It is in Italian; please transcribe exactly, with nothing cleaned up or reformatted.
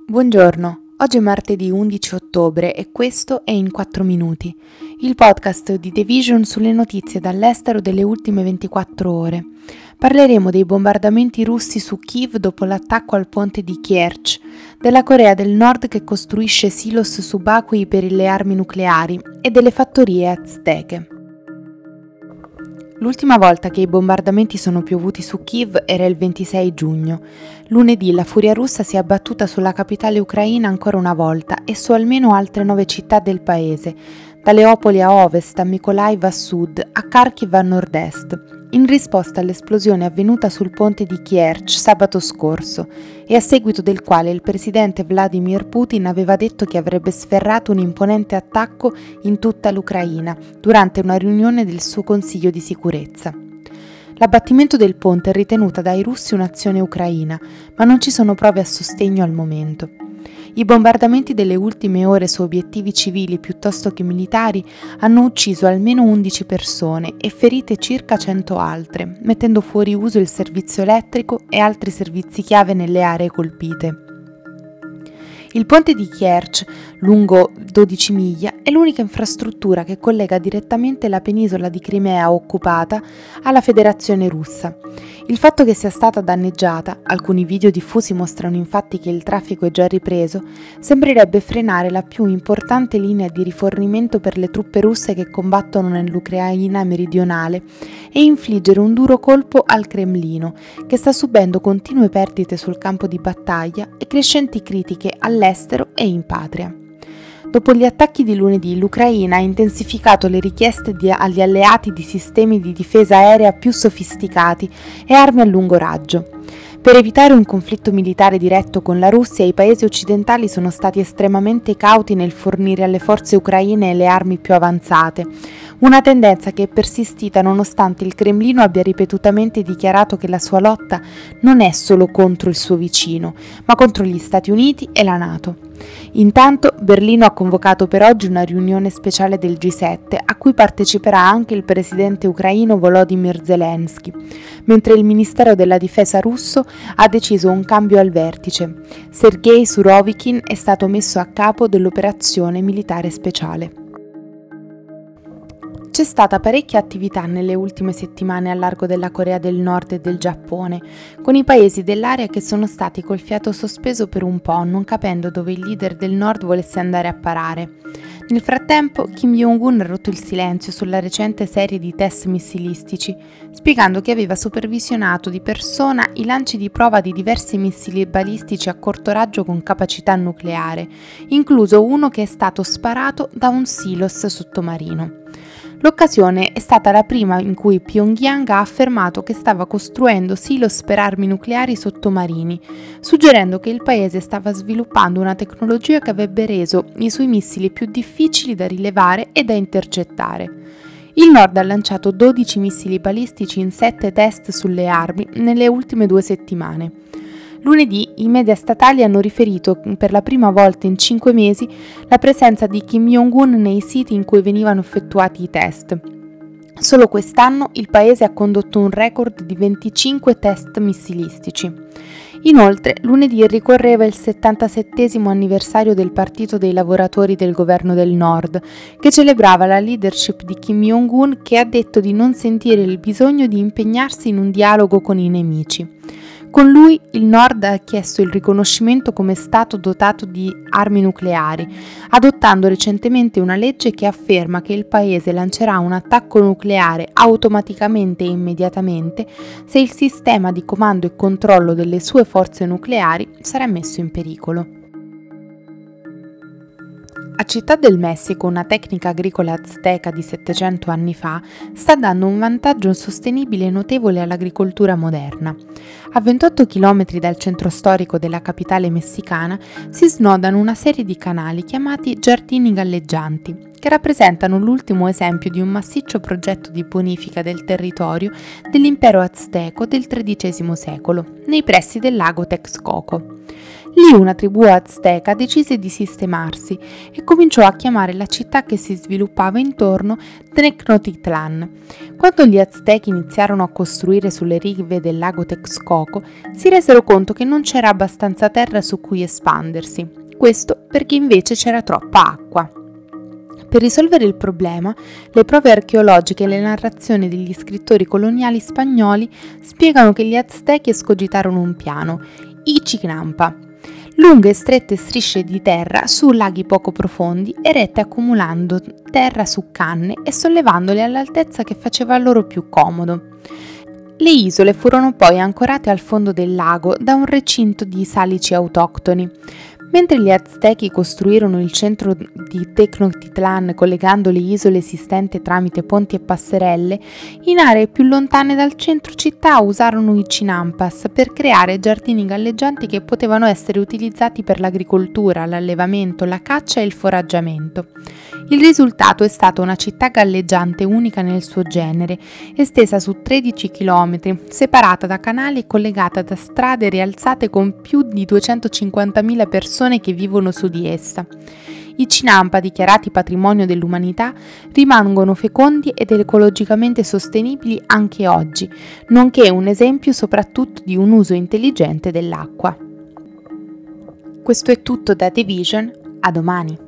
Buongiorno, oggi è martedì undici ottobre e questo è In quattro minuti, il podcast di The Vision sulle notizie dall'estero delle ultime ventiquattro ore. Parleremo dei bombardamenti russi su Kiev dopo l'attacco al ponte di Kerch, della Corea del Nord che costruisce silos subacquei per le armi nucleari e delle fattorie azteche. L'ultima volta che i bombardamenti sono piovuti su Kiev era il ventisei giugno. Lunedì la furia russa si è abbattuta sulla capitale ucraina ancora una volta e su almeno altre nove città del paese, da Leopoli a ovest, a Mykolaiv a sud, a Kharkiv a nord-est, in risposta all'esplosione avvenuta sul ponte di Kerch sabato scorso e a seguito del quale il presidente Vladimir Putin aveva detto che avrebbe sferrato un imponente attacco in tutta l'Ucraina durante una riunione del suo Consiglio di sicurezza. L'abbattimento del ponte è ritenuta dai russi un'azione ucraina, ma non ci sono prove a sostegno al momento. I bombardamenti delle ultime ore su obiettivi civili piuttosto che militari hanno ucciso almeno undici persone e ferite circa cento altre, mettendo fuori uso il servizio elettrico e altri servizi chiave nelle aree colpite. Il ponte di Kerch, lungo dodici miglia, è l'unica infrastruttura che collega direttamente la penisola di Crimea occupata alla Federazione Russa. Il fatto che sia stata danneggiata, alcuni video diffusi mostrano infatti che il traffico è già ripreso, sembrerebbe frenare la più importante linea di rifornimento per le truppe russe che combattono nell'Ucraina meridionale e infliggere un duro colpo al Cremlino, che sta subendo continue perdite sul campo di battaglia e crescenti critiche all'estero e in patria. Dopo gli attacchi di lunedì, l'Ucraina ha intensificato le richieste di, agli alleati di sistemi di difesa aerea più sofisticati e armi a lungo raggio. Per evitare un conflitto militare diretto con la Russia, i paesi occidentali sono stati estremamente cauti nel fornire alle forze ucraine le armi più avanzate, una tendenza che è persistita nonostante il Cremlino abbia ripetutamente dichiarato che la sua lotta non è solo contro il suo vicino, ma contro gli Stati Uniti e la NATO. Intanto Berlino ha convocato per oggi una riunione speciale del G sette a cui parteciperà anche il presidente ucraino Volodymyr Zelensky, mentre il Ministero della Difesa russo ha deciso un cambio al vertice. Sergei Surovikin è stato messo a capo dell'operazione militare speciale. C'è stata parecchia attività nelle ultime settimane al largo della Corea del Nord e del Giappone, con i paesi dell'area che sono stati col fiato sospeso per un po', non capendo dove il leader del Nord volesse andare a parare. Nel frattempo, Kim Jong-un ha rotto il silenzio sulla recente serie di test missilistici, spiegando che aveva supervisionato di persona i lanci di prova di diversi missili balistici a corto raggio con capacità nucleare, incluso uno che è stato sparato da un silos sottomarino. L'occasione è stata la prima in cui Pyongyang ha affermato che stava costruendo silos per armi nucleari sottomarini, suggerendo che il paese stava sviluppando una tecnologia che avrebbe reso i suoi missili più difficili da rilevare e da intercettare. Il Nord ha lanciato dodici missili balistici in sette test sulle armi nelle ultime due settimane. Lunedì i media statali hanno riferito per la prima volta in cinque mesi la presenza di Kim Jong-un nei siti in cui venivano effettuati i test. Solo quest'anno il paese ha condotto un record di venticinque test missilistici. Inoltre, lunedì ricorreva il settantasettesimo anniversario del Partito dei Lavoratori del Governo del Nord, che celebrava la leadership di Kim Jong-un, che ha detto di non sentire il bisogno di impegnarsi in un dialogo con i nemici. Con lui il Nord ha chiesto il riconoscimento come Stato dotato di armi nucleari, adottando recentemente una legge che afferma che il paese lancerà un attacco nucleare automaticamente e immediatamente se il sistema di comando e controllo delle sue forze nucleari sarà messo in pericolo. A Città del Messico, una tecnica agricola azteca di settecento anni fa sta dando un vantaggio sostenibile notevole all'agricoltura moderna. A ventotto chilometri dal centro storico della capitale messicana si snodano una serie di canali chiamati giardini galleggianti, che rappresentano l'ultimo esempio di un massiccio progetto di bonifica del territorio dell'impero azteco del tredicesimo secolo, nei pressi del lago Texcoco. Lì una tribù azteca decise di sistemarsi e cominciò a chiamare la città che si sviluppava intorno Tenochtitlan. Quando gli aztechi iniziarono a costruire sulle rive del lago Texcoco, si resero conto che non c'era abbastanza terra su cui espandersi. Questo perché invece c'era troppa acqua. Per risolvere il problema, le prove archeologiche e le narrazioni degli scrittori coloniali spagnoli spiegano che gli aztechi escogitarono un piano, Ichinampa, lunghe e strette strisce di terra su laghi poco profondi, erette accumulando terra su canne e sollevandole all'altezza che faceva loro più comodo. Le isole furono poi ancorate al fondo del lago da un recinto di salici autoctoni. Mentre gli aztechi costruirono il centro di Tenochtitlan collegando le isole esistenti tramite ponti e passerelle, in aree più lontane dal centro città usarono i chinampas per creare giardini galleggianti che potevano essere utilizzati per l'agricoltura, l'allevamento, la caccia e il foraggiamento. Il risultato è stata una città galleggiante unica nel suo genere, estesa su tredici chilometri, separata da canali e collegata da strade rialzate con più di duecentocinquantamila persone che vivono su di essa. I Chinampa, dichiarati patrimonio dell'umanità, rimangono fecondi ed ecologicamente sostenibili anche oggi, nonché un esempio soprattutto di un uso intelligente dell'acqua. Questo è tutto da The Vision, a domani.